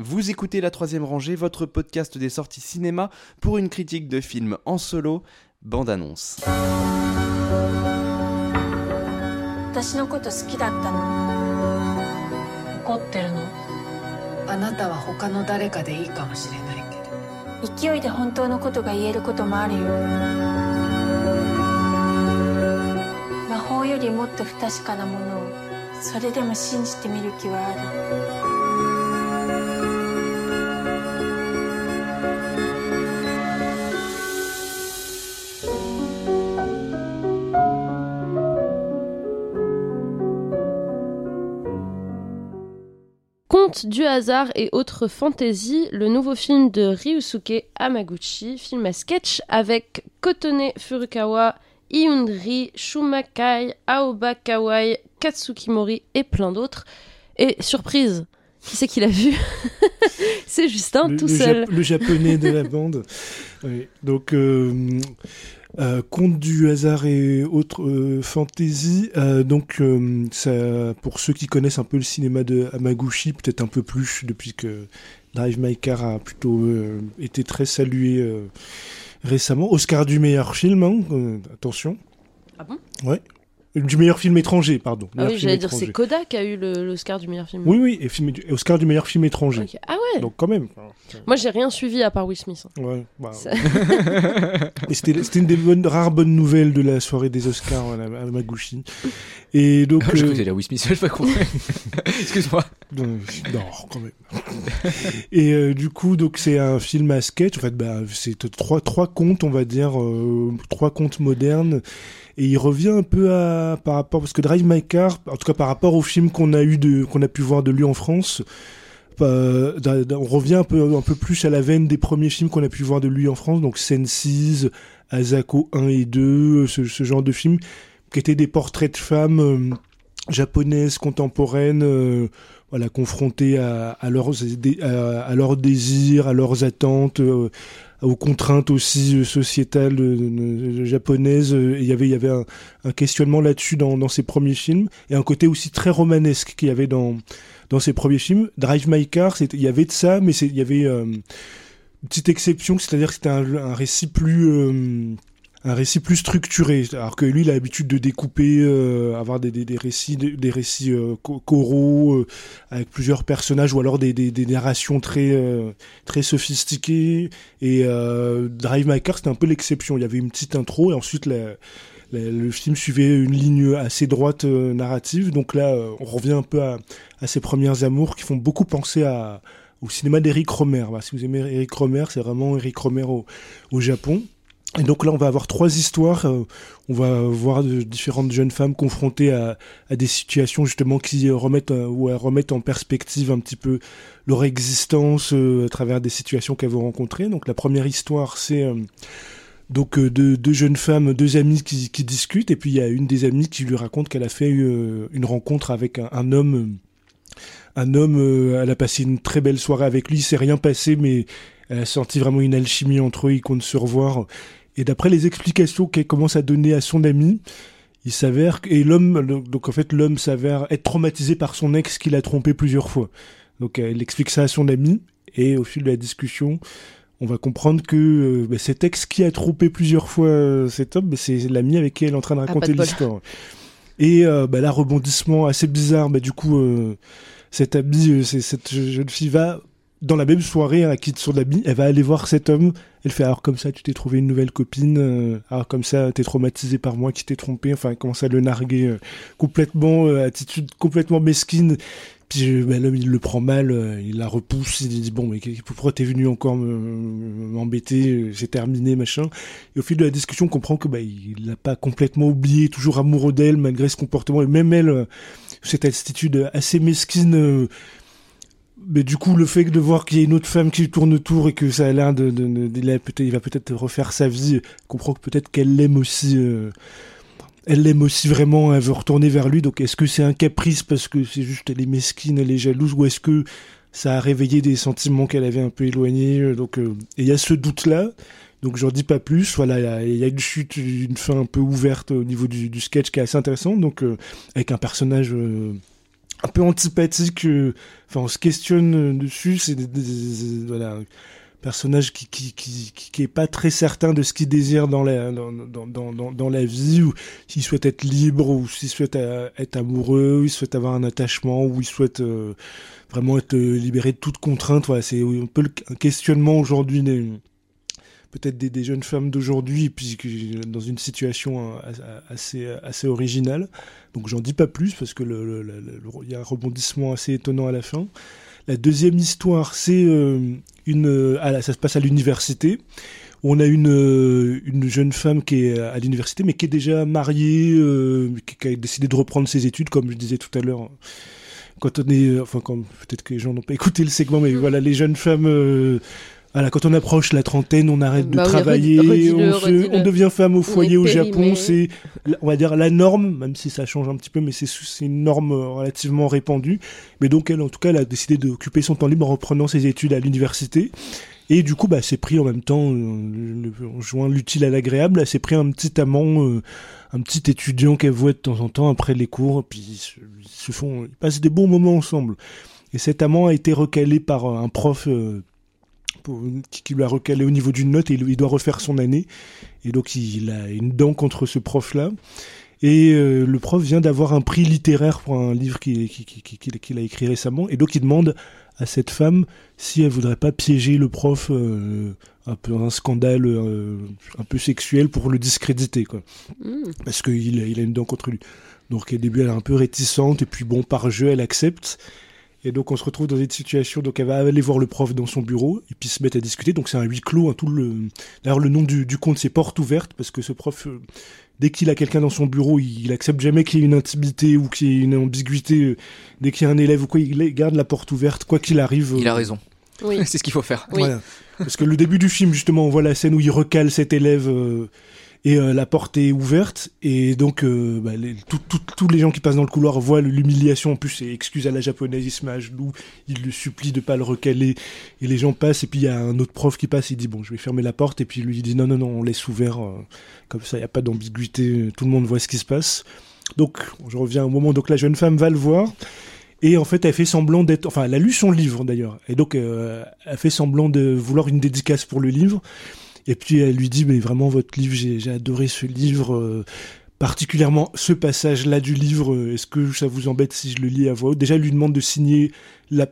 Vous écoutez La Troisième Rangée, votre podcast des sorties cinéma pour une critique de film en solo, bande-annonce. 私のこと好きだったの。怒ってるの。 あなたは他の誰かでいいかもしれないけど。 勢いで本当のことが言えることもあるよ。魔法よりもっと不確かなものをそれでも信じてみる気はある。 Conte du hasard et autres fantaisies, le nouveau film de Ryusuke Hamaguchi, film à sketch avec Kotone Furukawa, Hyun-ri, Shuma Kai, Aoba Kawai, Katsuki Mori et plein d'autres. Et surprise, qui c'est qui l'a vu? C'est Justin tout seul. Le japonais de la bande. Oui. Donc, Conte du hasard et autres fantasy. Ça, pour ceux qui connaissent un peu le cinéma de Hamaguchi, peut-être un peu plus depuis que Drive My Car a plutôt été très salué récemment. Oscar du meilleur film, attention. Ah bon? Ouais. Du meilleur film étranger, pardon. Ah oui, j'allais dire, c'est Coda qui a eu l'Oscar du meilleur film. Oui, et Oscar du meilleur film étranger. Okay. Ah ouais. Donc quand même. Moi, j'ai rien suivi à part Will Smith. Ouais. Et c'était une des rares bonnes nouvelles de la soirée des Oscars à Hamaguchi. Et donc. Je croyais la Will Smith, je sais pas quoi. Excuse-moi. Non, quand même. Et du coup, donc c'est un film à sketch. En fait, c'est trois contes, on va dire, trois contes modernes. Et il revient un peu par rapport, parce que Drive My Car, en tout cas par rapport au film qu'on a pu voir de lui en France, on revient un peu plus à la veine des premiers films qu'on a pu voir de lui en France, donc Senses, Asako 1 et 2, ce genre de films, qui étaient des portraits de femmes japonaises contemporaines, confrontées à leurs désirs, à leurs attentes, aux contraintes aussi sociétales japonaises. Il y avait un questionnement là-dessus dans ces premiers films, et un côté aussi très romanesque qu'il y avait dans ces premiers films. Drive My Car, il y avait de ça, mais il y avait une petite exception, c'est-à-dire que c'était un récit plus structuré, alors que lui il a l'habitude de découper, avoir des récits choraux avec plusieurs personnages, ou alors des narrations très sophistiquées. Et Drive My Car, c'était un peu l'exception. Il y avait une petite intro et ensuite le film suivait une ligne assez droite narrative. Donc là, on revient un peu à ses premières amours qui font beaucoup penser au cinéma d'Eric Rohmer. Si vous aimez Eric Rohmer, c'est vraiment Eric Rohmer au Japon. Et donc là, on va avoir trois histoires. On va voir différentes jeunes femmes confrontées à des situations justement qui remettent en perspective un petit peu leur existence à travers des situations qu'elles vont rencontrer. Donc la première histoire, c'est deux jeunes femmes, deux amies qui discutent. Et puis il y a une des amies qui lui raconte qu'elle a fait une rencontre avec un homme. Elle a passé une très belle soirée avec lui. Il s'est rien passé, mais elle a senti vraiment une alchimie entre eux. Ils comptent se revoir. Et d'après les explications qu'elle commence à donner à son ami, il s'avère l'homme s'avère être traumatisé par son ex qui l'a trompé plusieurs fois. Donc elle explique ça à son ami, et au fil de la discussion, on va comprendre que cet ex qui a trompé plusieurs fois cet homme, c'est l'ami avec qui elle est en train de raconter l'histoire. Et là, rebondissement assez bizarre, du coup, cette jeune fille va, dans la même soirée, elle quitte son ami, elle va aller voir cet homme. Elle fait, alors comme ça, tu t'es trouvé une nouvelle copine, alors comme ça, t'es traumatisé par moi qui t'ai trompé. Enfin, elle commence à le narguer complètement, attitude complètement mesquine. Puis l'homme, il le prend mal, il la repousse, il dit, bon, mais pourquoi t'es venu encore m'embêter, c'est terminé, machin. Et au fil de la discussion, on comprend que il l'a pas complètement oublié, toujours amoureux d'elle, malgré ce comportement. Et même elle, cette attitude assez mesquine... Mais du coup, le fait de voir qu'il y a une autre femme qui tourne autour et que ça a l'air il va peut-être refaire sa vie, comprend que peut-être qu'elle l'aime aussi, vraiment, elle veut retourner vers lui. Donc, est-ce que c'est un caprice parce que c'est juste elle est mesquine, elle est jalouse, ou est-ce que ça a réveillé des sentiments qu'elle avait un peu éloignés? Donc, et il y a ce doute-là. Donc, j'en dis pas plus. Voilà, il y a une chute, une fin un peu ouverte au niveau du sketch qui est assez intéressant. Donc, avec un personnage un peu antipathique. On se questionne dessus. C'est voilà, un personnage qui est pas très certain de ce qu'il désire dans la vie, ou s'il souhaite être libre, ou s'il souhaite être amoureux, ou il souhaite avoir un attachement, ou il souhaite vraiment être libéré de toute contrainte. Voilà, c'est un peu un questionnement aujourd'hui peut-être des jeunes femmes d'aujourd'hui, puis dans une situation assez originale. Donc j'en dis pas plus, parce que il y a un rebondissement assez étonnant à la fin. La deuxième histoire, c'est ça se passe à l'université. On a une jeune femme qui est à l'université, mais qui est déjà mariée, qui a décidé de reprendre ses études, comme je disais tout à l'heure. Quand on est, peut-être que les gens n'ont pas écouté le segment, mais voilà, les jeunes femmes, voilà, quand on approche la trentaine, on arrête de travailler, on devient femme au foyer au Japon. C'est, on va dire, la norme, même si ça change un petit peu, mais c'est une norme relativement répandue. Mais donc elle, en tout cas, elle a décidé d'occuper son temps libre en reprenant ses études à l'université. Et du coup, elle s'est pris en même temps, on joint l'utile à l'agréable, elle s'est pris un petit amant, un petit étudiant qu'elle voit de temps en temps après les cours, puis ils passent des bons moments ensemble. Et cet amant a été recalé par un prof, qui lui a recalé au niveau d'une note, et il doit refaire son année. Et donc il a une dent contre ce prof-là. Et le prof vient d'avoir un prix littéraire pour un livre qu'il a écrit récemment. Et donc il demande à cette femme si elle voudrait pas piéger le prof, un peu un scandale un peu sexuel pour le discréditer, quoi. Parce qu'il a une dent contre lui. Donc au début elle est un peu réticente, et puis bon, par jeu elle accepte. Et donc on se retrouve dans une situation, donc elle va aller voir le prof dans son bureau, et puis se mettre à discuter. Donc c'est un huis clos, hein, d'ailleurs le nom du conte c'est Porte ouverte, parce que ce prof, dès qu'il a quelqu'un dans son bureau, il accepte jamais qu'il y ait une intimité ou qu'il y ait une ambiguïté. Dès qu'il y a un élève ou quoi, il garde la porte ouverte, quoi qu'il arrive. Il a raison. Oui. C'est ce qu'il faut faire. Oui. Voilà. Parce que le début du film, justement, on voit la scène où il recale cet élève, et la porte est ouverte, et donc tous les gens qui passent dans le couloir voient l'humiliation. En plus, c'est excuse à la japonaise, il se met à genoux, il le supplie de pas le recaler, et les gens passent, et puis il y a un autre prof qui passe, il dit bon, je vais fermer la porte, et puis lui il dit non, on laisse ouvert, comme ça il y a pas d'ambiguïté, tout le monde voit ce qui se passe. Donc je reviens au moment, donc la jeune femme va le voir, et en fait elle fait semblant d'être, enfin elle a lu son livre d'ailleurs, et donc elle fait semblant de vouloir une dédicace pour le livre. Et puis elle lui dit, mais vraiment votre livre, j'ai adoré ce livre, particulièrement ce passage-là du livre, est-ce que ça vous embête si je le lis à voix haute? Déjà elle lui demande de signer la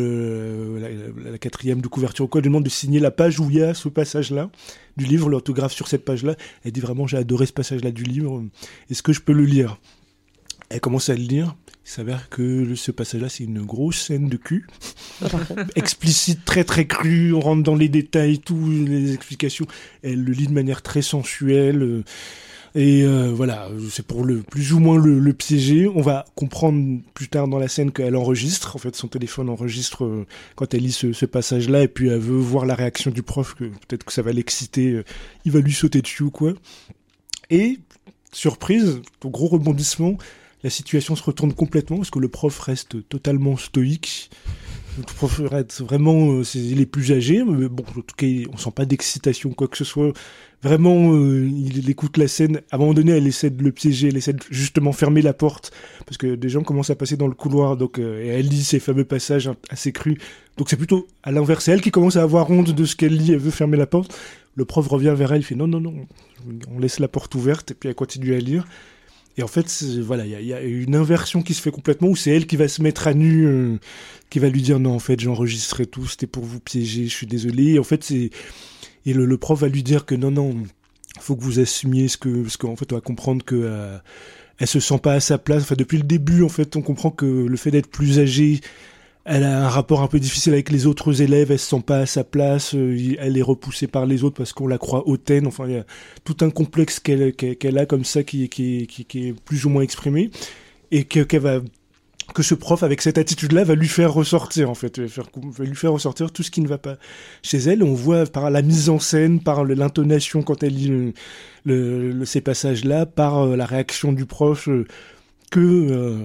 4e de couverture ou quoi, elle lui demande de signer la page où il y a ce passage-là du livre, l'autographe sur cette page-là. Elle dit vraiment, j'ai adoré ce passage-là du livre, est-ce que je peux le lire? Elle commence à le lire. Il s'avère que ce passage-là, c'est une grosse scène de cul. Explicite, très très crue, on rentre dans les détails, toutes les explications. Elle le lit de manière très sensuelle. Voilà, c'est pour plus ou moins le piéger. On va comprendre plus tard dans la scène qu'elle enregistre. En fait, son téléphone enregistre quand elle lit ce passage-là, et puis elle veut voir la réaction du prof, que peut-être que ça va l'exciter. Il va lui sauter dessus ou quoi. Et, surprise, au gros rebondissement, la situation se retourne complètement, parce que le prof reste totalement stoïque. Le prof reste vraiment, il est plus âgé, mais bon, en tout cas, on sent pas d'excitation, quoi que ce soit. Vraiment, il écoute la scène. À un moment donné, elle essaie de le piéger, elle essaie de justement fermer la porte, parce que des gens commencent à passer dans le couloir, donc, et elle lit ces fameux passages assez crus. Donc c'est plutôt à l'inverse, c'est elle qui commence à avoir honte de ce qu'elle lit, elle veut fermer la porte. Le prof revient vers elle, il fait non, on laisse la porte ouverte, et puis elle continue à lire. Et en fait, voilà, il y a une inversion qui se fait complètement, où c'est elle qui va se mettre à nu, qui va lui dire non, en fait, j'enregistrais tout, c'était pour vous piéger, je suis désolé. Et en fait, et le prof va lui dire que non, faut que vous assumiez parce qu'en fait, on va comprendre que elle se sent pas à sa place. Enfin, depuis le début, en fait, on comprend que le fait d'être plus âgée, elle a un rapport un peu difficile avec les autres élèves, elle se sent pas à sa place, elle est repoussée par les autres parce qu'on la croit hautaine. Enfin, il y a tout un complexe qu'elle a comme ça qui est plus ou moins exprimé, et que ce prof, avec cette attitude-là, va lui faire ressortir, en fait, va lui faire ressortir tout ce qui ne va pas chez elle. On voit par la mise en scène, par l'intonation quand elle lit ces passages-là, par la réaction du prof, que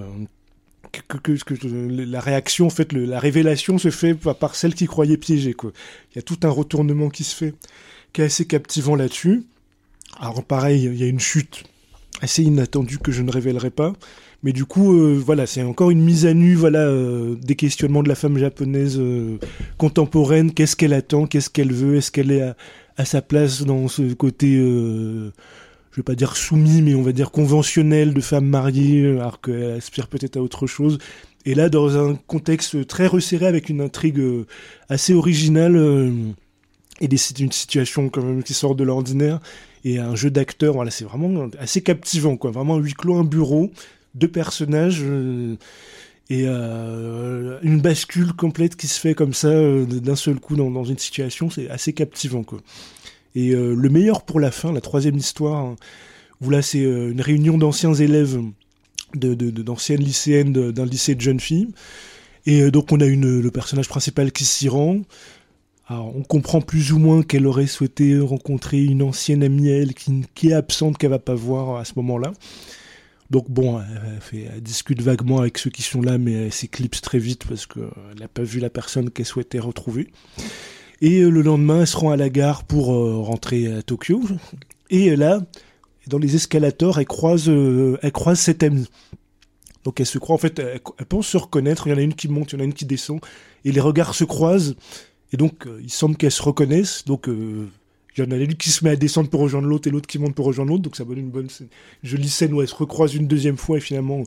la réaction, en fait, la révélation se fait par celle qui croyait piégée, quoi. Il y a tout un retournement qui se fait, qui est assez captivant là-dessus. Alors pareil, il y a une chute assez inattendue que je ne révélerai pas. Mais du coup, voilà, c'est encore une mise à nu, voilà, des questionnements de la femme japonaise contemporaine. Qu'est-ce qu'elle attend, qu'est-ce qu'elle veut, est-ce qu'elle est à sa place dans ce côté, je vais pas dire soumis, mais on va dire conventionnel de femme mariée, alors qu'elle aspire peut-être à autre chose. Et là, dans un contexte très resserré, avec une intrigue assez originale et une situation quand même qui sort de l'ordinaire et un jeu d'acteurs, voilà, c'est vraiment assez captivant, quoi. Vraiment un huis clos, un bureau. 2 personnages et une bascule complète qui se fait comme ça d'un seul coup dans une situation, c'est assez captivant, quoi. Et le meilleur pour la fin, la 3e histoire, hein, où là c'est une réunion d'anciens élèves d'anciennes lycéennes d'un lycée de jeunes filles, et donc on a le personnage principal qui s'y rend. Alors, on comprend plus ou moins qu'elle aurait souhaité rencontrer une ancienne amie à elle qui est absente, qu'elle va pas voir à ce moment-là. Donc bon, elle discute vaguement avec ceux qui sont là, mais elle s'éclipse très vite parce qu'elle n'a pas vu la personne qu'elle souhaitait retrouver. Et le lendemain, elle se rend à la gare pour rentrer à Tokyo. Et là, dans les escalators, elle croise cette amie. Donc elle se croit, en fait, elle pense se reconnaître. Il y en a une qui monte, il y en a une qui descend. Et les regards se croisent. Et donc, il semble qu'elles se reconnaissent. Donc... il y en a une qui se met à descendre pour rejoindre l'autre et l'autre qui monte pour rejoindre l'autre, donc ça donne une jolie scène où elles se recroisent une deuxième fois et finalement,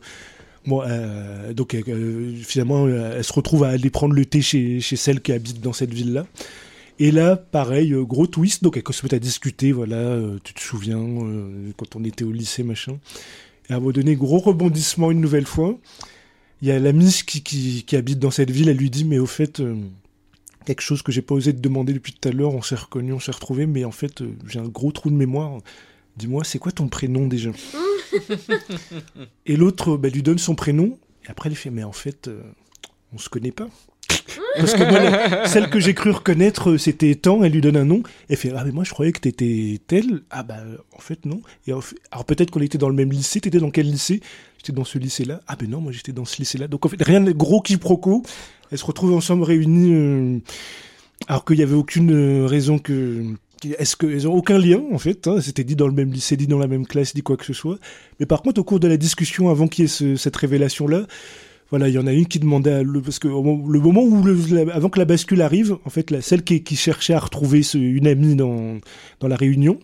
finalement, elle se retrouve à aller prendre le thé chez celle qui habite dans cette ville-là. Et là, pareil, gros twist, donc elles se mettent à discuter, voilà, tu te souviens, quand on était au lycée, machin. Et à un moment donné, gros rebondissement une nouvelle fois. Il y a la Miss qui habite dans cette ville, elle lui dit, mais au fait... quelque chose que j'ai pas osé te demander depuis tout à l'heure, on s'est reconnus, on s'est retrouvés, mais en fait, j'ai un gros trou de mémoire. Dis-moi, c'est quoi ton prénom déjà ? Et l'autre lui donne son prénom, et après elle fait, mais en fait, on se connaît pas. Parce que moi, celle que j'ai cru reconnaître, c'était tant, elle lui donne un nom, elle fait, ah mais moi je croyais que t'étais telle, ah bah en fait non. Et alors peut-être qu'on était dans le même lycée, t'étais dans quel lycée ? J'étais dans ce lycée-là, ah ben non, moi j'étais dans ce lycée-là. Donc en fait, rien de gros quiproquo. Elles se retrouvent ensemble réunies, alors qu'il n'y avait aucune raison est-ce qu'elles ont aucun lien, en fait, hein, c'était dit dans le même lycée, dit dans la même classe, dit quoi que ce soit. Mais par contre, au cours de la discussion, avant qu'il y ait cette révélation-là, voilà, il y en a une qui demandait, parce que le moment où, avant que la bascule arrive, en fait, celle qui cherchait à retrouver une amie dans la réunion,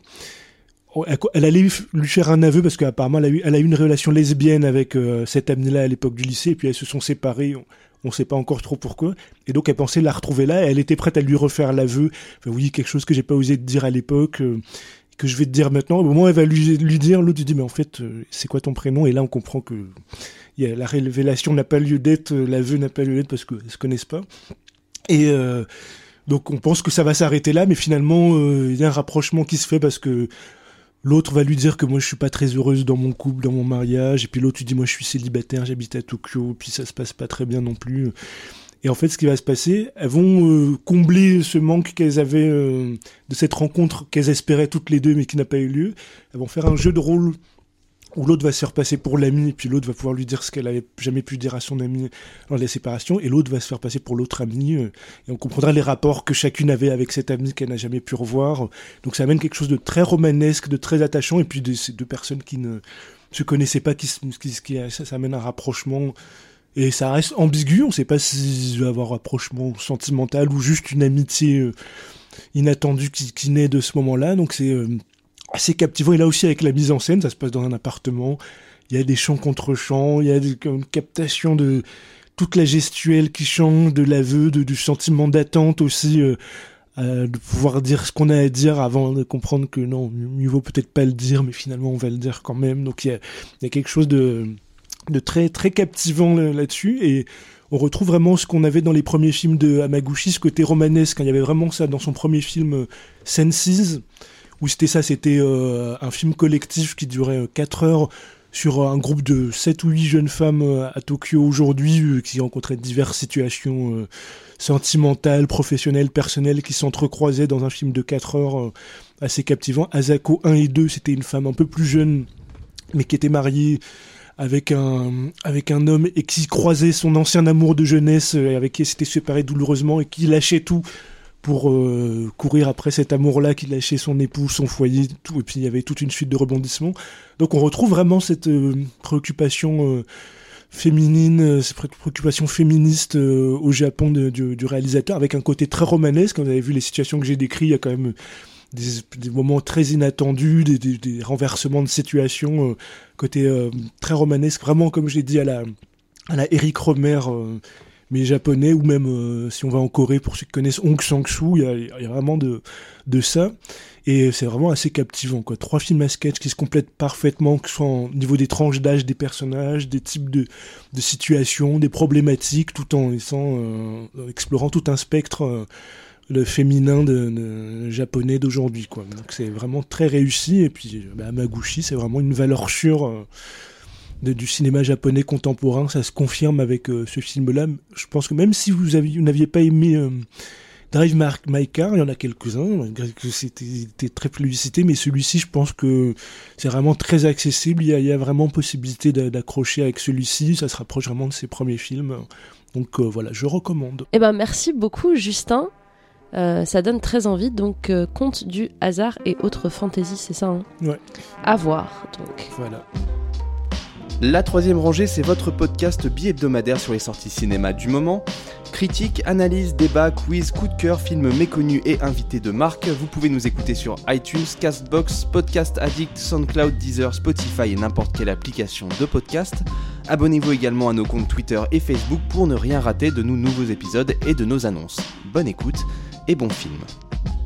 elle allait lui faire un aveu parce qu'apparemment elle a eu une relation lesbienne avec cette amie-là à l'époque du lycée, et puis elles se sont séparées. On ne sait pas encore trop pourquoi. Et donc, elle pensait la retrouver là. Elle était prête à lui refaire l'aveu. Enfin, oui, quelque chose que j'ai pas osé te dire à l'époque, que je vais te dire maintenant. Au moment où elle va lui dire, l'autre lui dit, mais en fait, c'est quoi ton prénom ? Et là, on comprend que la révélation n'a pas lieu d'être, l'aveu n'a pas lieu d'être parce qu'elles se connaissent pas. Et donc, on pense que ça va s'arrêter là, mais finalement, il y a un rapprochement qui se fait parce que l'autre va lui dire que moi je suis pas très heureuse dans mon couple, dans mon mariage, et puis l'autre lui dit moi je suis célibataire, j'habite à Tokyo, puis ça se passe pas très bien non plus. Et en fait ce qui va se passer, elles vont combler ce manque qu'elles avaient de cette rencontre qu'elles espéraient toutes les deux mais qui n'a pas eu lieu. Elles vont faire un jeu de rôle où l'autre va se faire passer pour l'ami, et puis l'autre va pouvoir lui dire ce qu'elle avait jamais pu dire à son ami lors de la séparation, et l'autre va se faire passer pour l'autre ami, et on comprendra les rapports que chacune avait avec cette amie qu'elle n'a jamais pu revoir. Donc ça amène quelque chose de très romanesque, de très attachant, et puis ces 2 personnes qui ne se connaissaient pas, ça amène un rapprochement, et ça reste ambigu, on ne sait pas s'il va y avoir un rapprochement sentimental ou juste une amitié inattendue qui naît de ce moment-là, donc c'est... assez captivant, et là aussi avec la mise en scène, ça se passe dans un appartement, il y a des chants contre chants, il y a une captation de toute la gestuelle qui change, de l'aveu, du sentiment d'attente aussi, de pouvoir dire ce qu'on a à dire avant de comprendre que non, mieux vaut peut-être pas le dire, mais finalement on va le dire quand même. Donc il y a quelque chose de très très captivant là-dessus, et on retrouve vraiment ce qu'on avait dans les premiers films de Hamaguchi, ce côté romanesque. Il y avait vraiment ça dans son premier film Senses, où c'était un film collectif qui durait 4 heures sur un groupe de 7 ou 8 jeunes femmes à Tokyo aujourd'hui, qui rencontraient diverses situations sentimentales, professionnelles, personnelles, qui s'entrecroisaient dans un film de 4 heures assez captivant. Asako 1 et 2, c'était une femme un peu plus jeune, mais qui était mariée avec un homme et qui croisait son ancien amour de jeunesse, avec qui elle s'était séparée douloureusement et qui lâchait tout pour courir après cet amour-là qu'il a chez son époux, son foyer, tout, et puis il y avait toute une suite de rebondissements. Donc on retrouve vraiment cette préoccupation féminine, cette préoccupation féministe au Japon du réalisateur, avec un côté très romanesque. Vous avez vu les situations que j'ai décrites, il y a quand même des moments très inattendus, des renversements de situation, côté très romanesque, vraiment comme j'ai dit à la Eric Romer, mais japonais, ou même si on va en Corée, pour ceux qui connaissent Hong Sang-soo, il y a vraiment de ça, et c'est vraiment assez captivant, quoi. 3 films à sketch qui se complètent parfaitement, que ce soit au niveau des tranches d'âge des personnages, des types de situations, des problématiques, tout en explorant tout un spectre le féminin japonais d'aujourd'hui, quoi. Donc c'est vraiment très réussi, et puis Hamaguchi, c'est vraiment une valeur sûre du cinéma japonais contemporain. Ça se confirme avec ce film-là. Je pense que même si vous n'aviez pas aimé Drive My Car, il y en a quelques-uns, que c'était très plébiscité, mais celui-ci, je pense que c'est vraiment très accessible. Il y a vraiment possibilité d'accrocher avec celui-ci. Ça se rapproche vraiment de ses premiers films. Donc voilà, je recommande. Eh ben, merci beaucoup, Justin. Ça donne très envie, donc Conte du hasard et autres fantaisies, c'est ça, hein ? Ouais. À voir, donc. Voilà. La troisième rangée, c'est votre podcast bi-hebdomadaire sur les sorties cinéma du moment. Critiques, analyses, débats, quiz, coup de cœur, films méconnus et invités de marque. Vous pouvez nous écouter sur iTunes, Castbox, Podcast Addict, SoundCloud, Deezer, Spotify et n'importe quelle application de podcast. Abonnez-vous également à nos comptes Twitter et Facebook pour ne rien rater de nos nouveaux épisodes et de nos annonces. Bonne écoute et bon film.